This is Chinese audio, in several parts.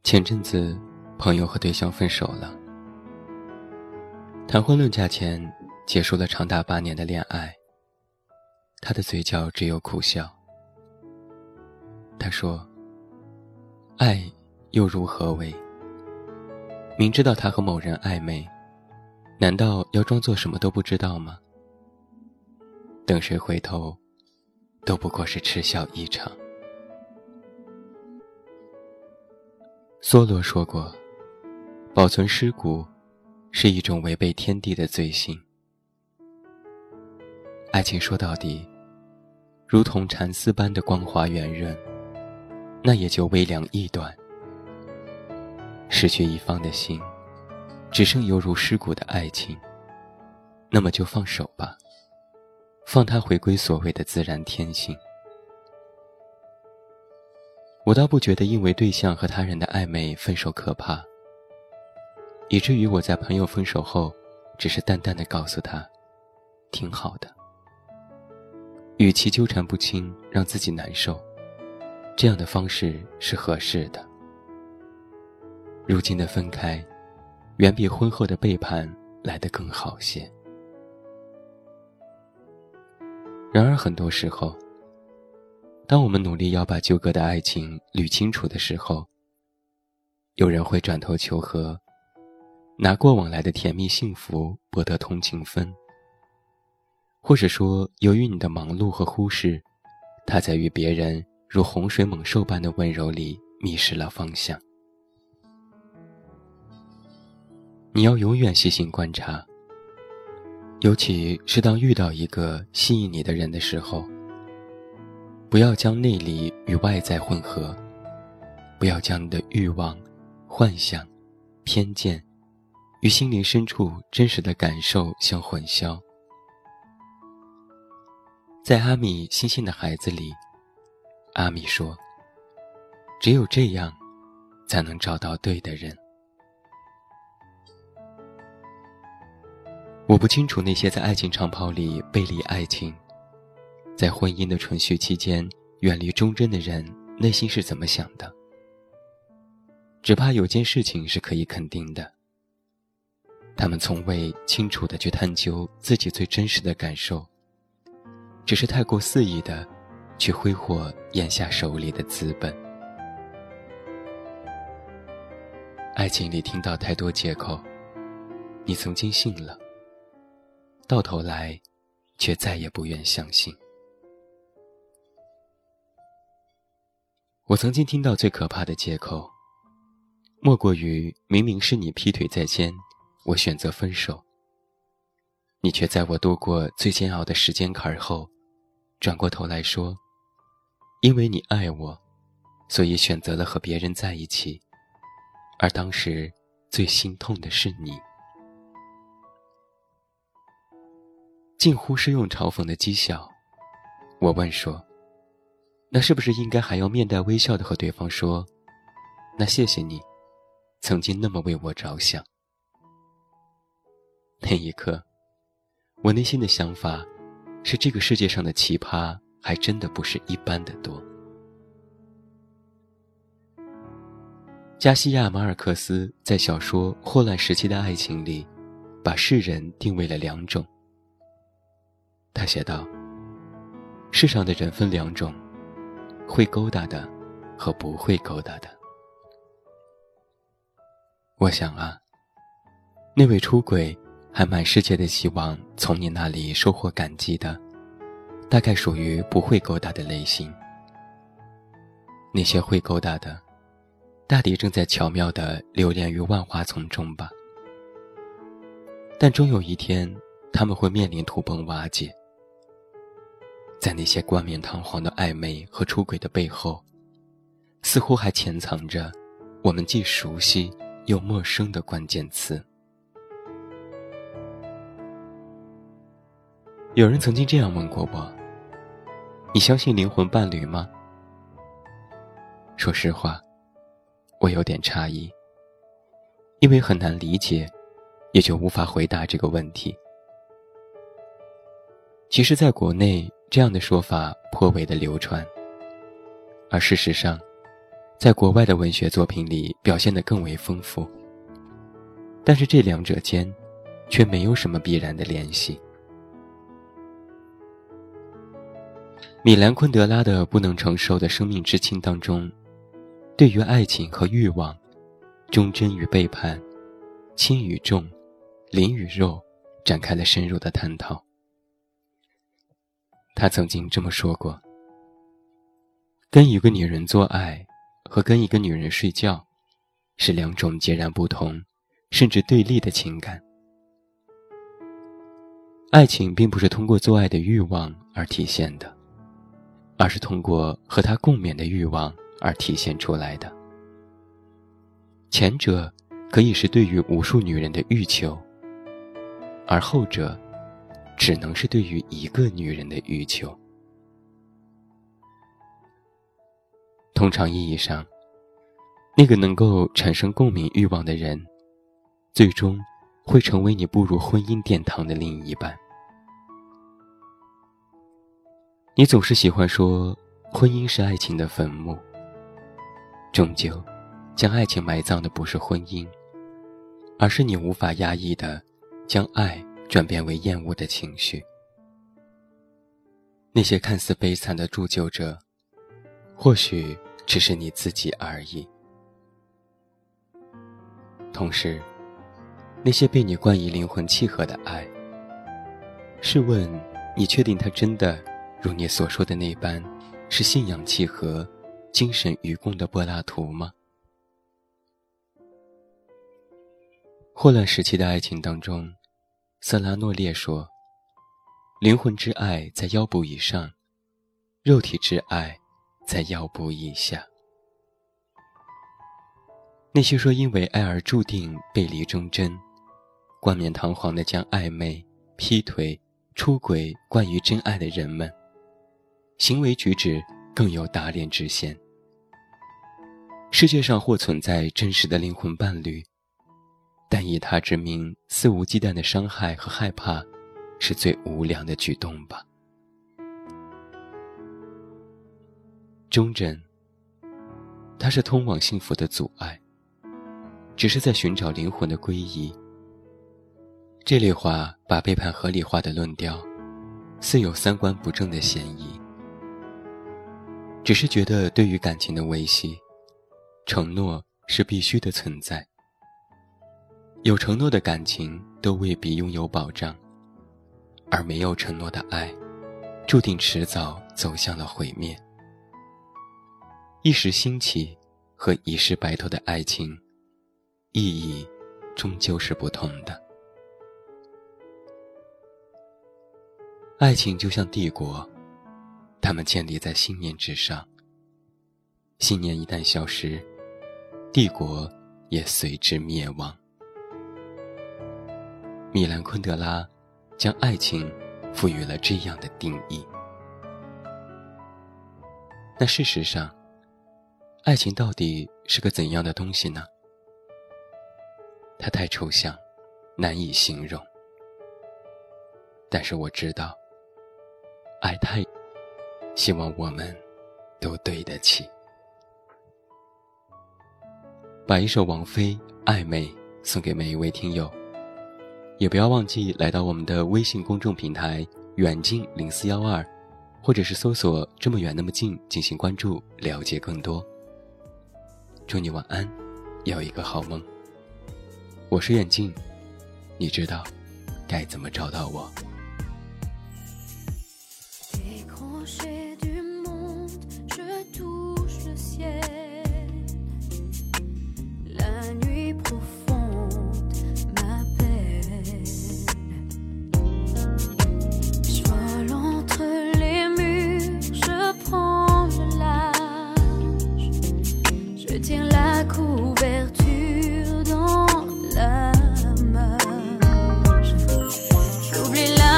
前阵子朋友和对象分手了，谈婚论嫁前结束了长达8年的恋爱，他的嘴角只有苦笑。他说，爱又如何为？明知道他和某人暧昧，难道要装作什么都不知道吗？等谁回头，都不过是痴笑一场。梭罗说过，保存尸骨是一种违背天地的罪行。爱情说到底，如同蚕丝般的光滑圆润，那也就微凉易断。失去一方的心，只剩犹如尸骨的爱情，那么就放手吧，放它回归所谓的自然天性。我倒不觉得因为对象和他人的暧昧分手可怕，以至于我在朋友分手后只是淡淡地告诉他挺好的。与其纠缠不清让自己难受，这样的方式是合适的。如今的分开远比婚后的背叛来得更好些。然而很多时候，当我们努力要把纠葛的爱情捋清楚的时候，有人会转头求和，拿过往来的甜蜜幸福博得同情分，或者说由于你的忙碌和忽视，他在与别人如洪水猛兽般的温柔里迷失了方向。你要永远细心观察，尤其是当遇到一个吸引你的人的时候，不要将内里与外在混合，不要将你的欲望、幻想、偏见与心灵深处真实的感受相混淆。在阿米星星的孩子里，阿米说，只有这样才能找到对的人。我不清楚那些在爱情长跑里背离爱情，在婚姻的存续期间远离忠贞的人内心是怎么想的。只怕有件事情是可以肯定的，他们从未清楚地去探究自己最真实的感受，只是太过肆意地去挥霍眼下手里的资本。爱情里听到太多借口，你曾经信了，到头来却再也不愿相信。我曾经听到最可怕的借口，莫过于明明是你劈腿在先，我选择分手，你却在我度过最煎熬的时间坎后，转过头来说，因为你爱我，所以选择了和别人在一起，而当时最心痛的是你。近乎是用嘲讽的讥笑，我问说，那是不是应该还要面带微笑地和对方说，那谢谢你曾经那么为我着想。那一刻，我内心的想法是，这个世界上的奇葩还真的不是一般的多。加西亚马尔克斯在小说《霍乱时期的爱情》里，把世人定位了2种。他写道，世上的人分2种，会勾搭的和不会勾搭的。我想啊，那位出轨还满世界的希望从你那里收获感激的，大概属于不会勾搭的类型。那些会勾搭的，大抵正在巧妙地流连于万花丛中吧。但终有一天，他们会面临土崩瓦解。在那些冠冕堂皇的暧昧和出轨的背后，似乎还潜藏着我们既熟悉又陌生的关键词。有人曾经这样问过我，你相信灵魂伴侣吗？说实话，我有点诧异，因为很难理解，也就无法回答这个问题。其实在国内，这样的说法颇为的流传，而事实上， 在国外的文学作品里表现得更为丰富，但是这两者间却没有什么必然的联系。米兰昆德拉的《不能承受的生命之轻》当中，对于爱情和欲望、忠贞与背叛、轻与重、灵与肉展开了深入的探讨。他曾经这么说过，跟一个女人做爱和跟一个女人睡觉是两种截然不同甚至对立的情感。爱情并不是通过做爱的欲望而体现的，而是通过和他共勉的欲望而体现出来的。前者可以是对于无数女人的欲求，而后者只能是对于一个女人的欲求。通常意义上，那个能够产生共鸣欲望的人，最终会成为你步入婚姻殿堂的另一半。你总是喜欢说婚姻是爱情的坟墓，终究将爱情埋葬的不是婚姻，而是你无法压抑的将爱转变为厌恶的情绪。那些看似悲惨的铸就者，或许只是你自己而已。同时，那些被你冠以灵魂契合的爱，试问你确定它真的如你所说的那般是信仰契合、精神与共的柏拉图吗？霍乱时期的爱情当中，瑟拉诺列说，灵魂之爱在腰部以上，肉体之爱在腰部以下。那些说因为爱而注定背离忠贞，冠冕堂皇地将暧昧、劈腿、出轨冠于真爱的人们，行为举止更有打脸之嫌。世界上或存在真实的灵魂伴侣，但以他之名肆无忌惮的伤害和害怕，是最无良的举动吧。忠贞，它是通往幸福的阻碍，只是在寻找灵魂的归依。这类话把背叛合理化的论调，似有三观不正的嫌疑。只是觉得对于感情的维系，承诺是必须的存在。有承诺的感情都未必拥有保障，而没有承诺的爱，注定迟早走向了毁灭。一时兴起和一世白头的爱情，意义终究是不同的。爱情就像帝国，它们建立在信念之上，信念一旦消失，帝国也随之灭亡。米兰昆德拉将爱情赋予了这样的定义。那事实上，爱情到底是个怎样的东西呢？它太抽象，难以形容。但是我知道，爱太，希望我们都对得起。把一首王菲《暧昧》送给每一位听友，也不要忘记来到我们的微信公众平台远近0412，或者是搜索这么远那么近进行关注，了解更多。祝你晚安，有一个好梦。我是远近，你知道该怎么找到我。 couverture dans la marge. J'oublie la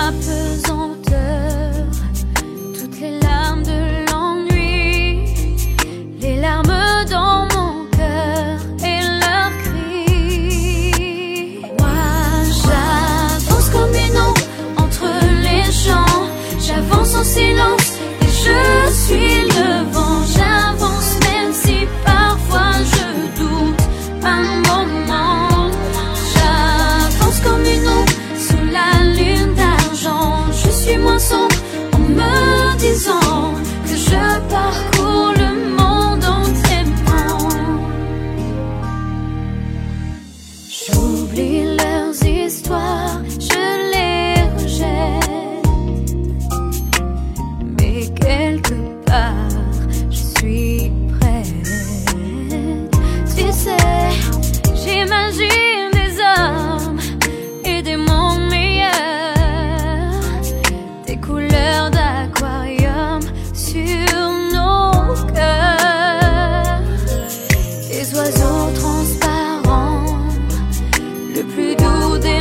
le plus doux des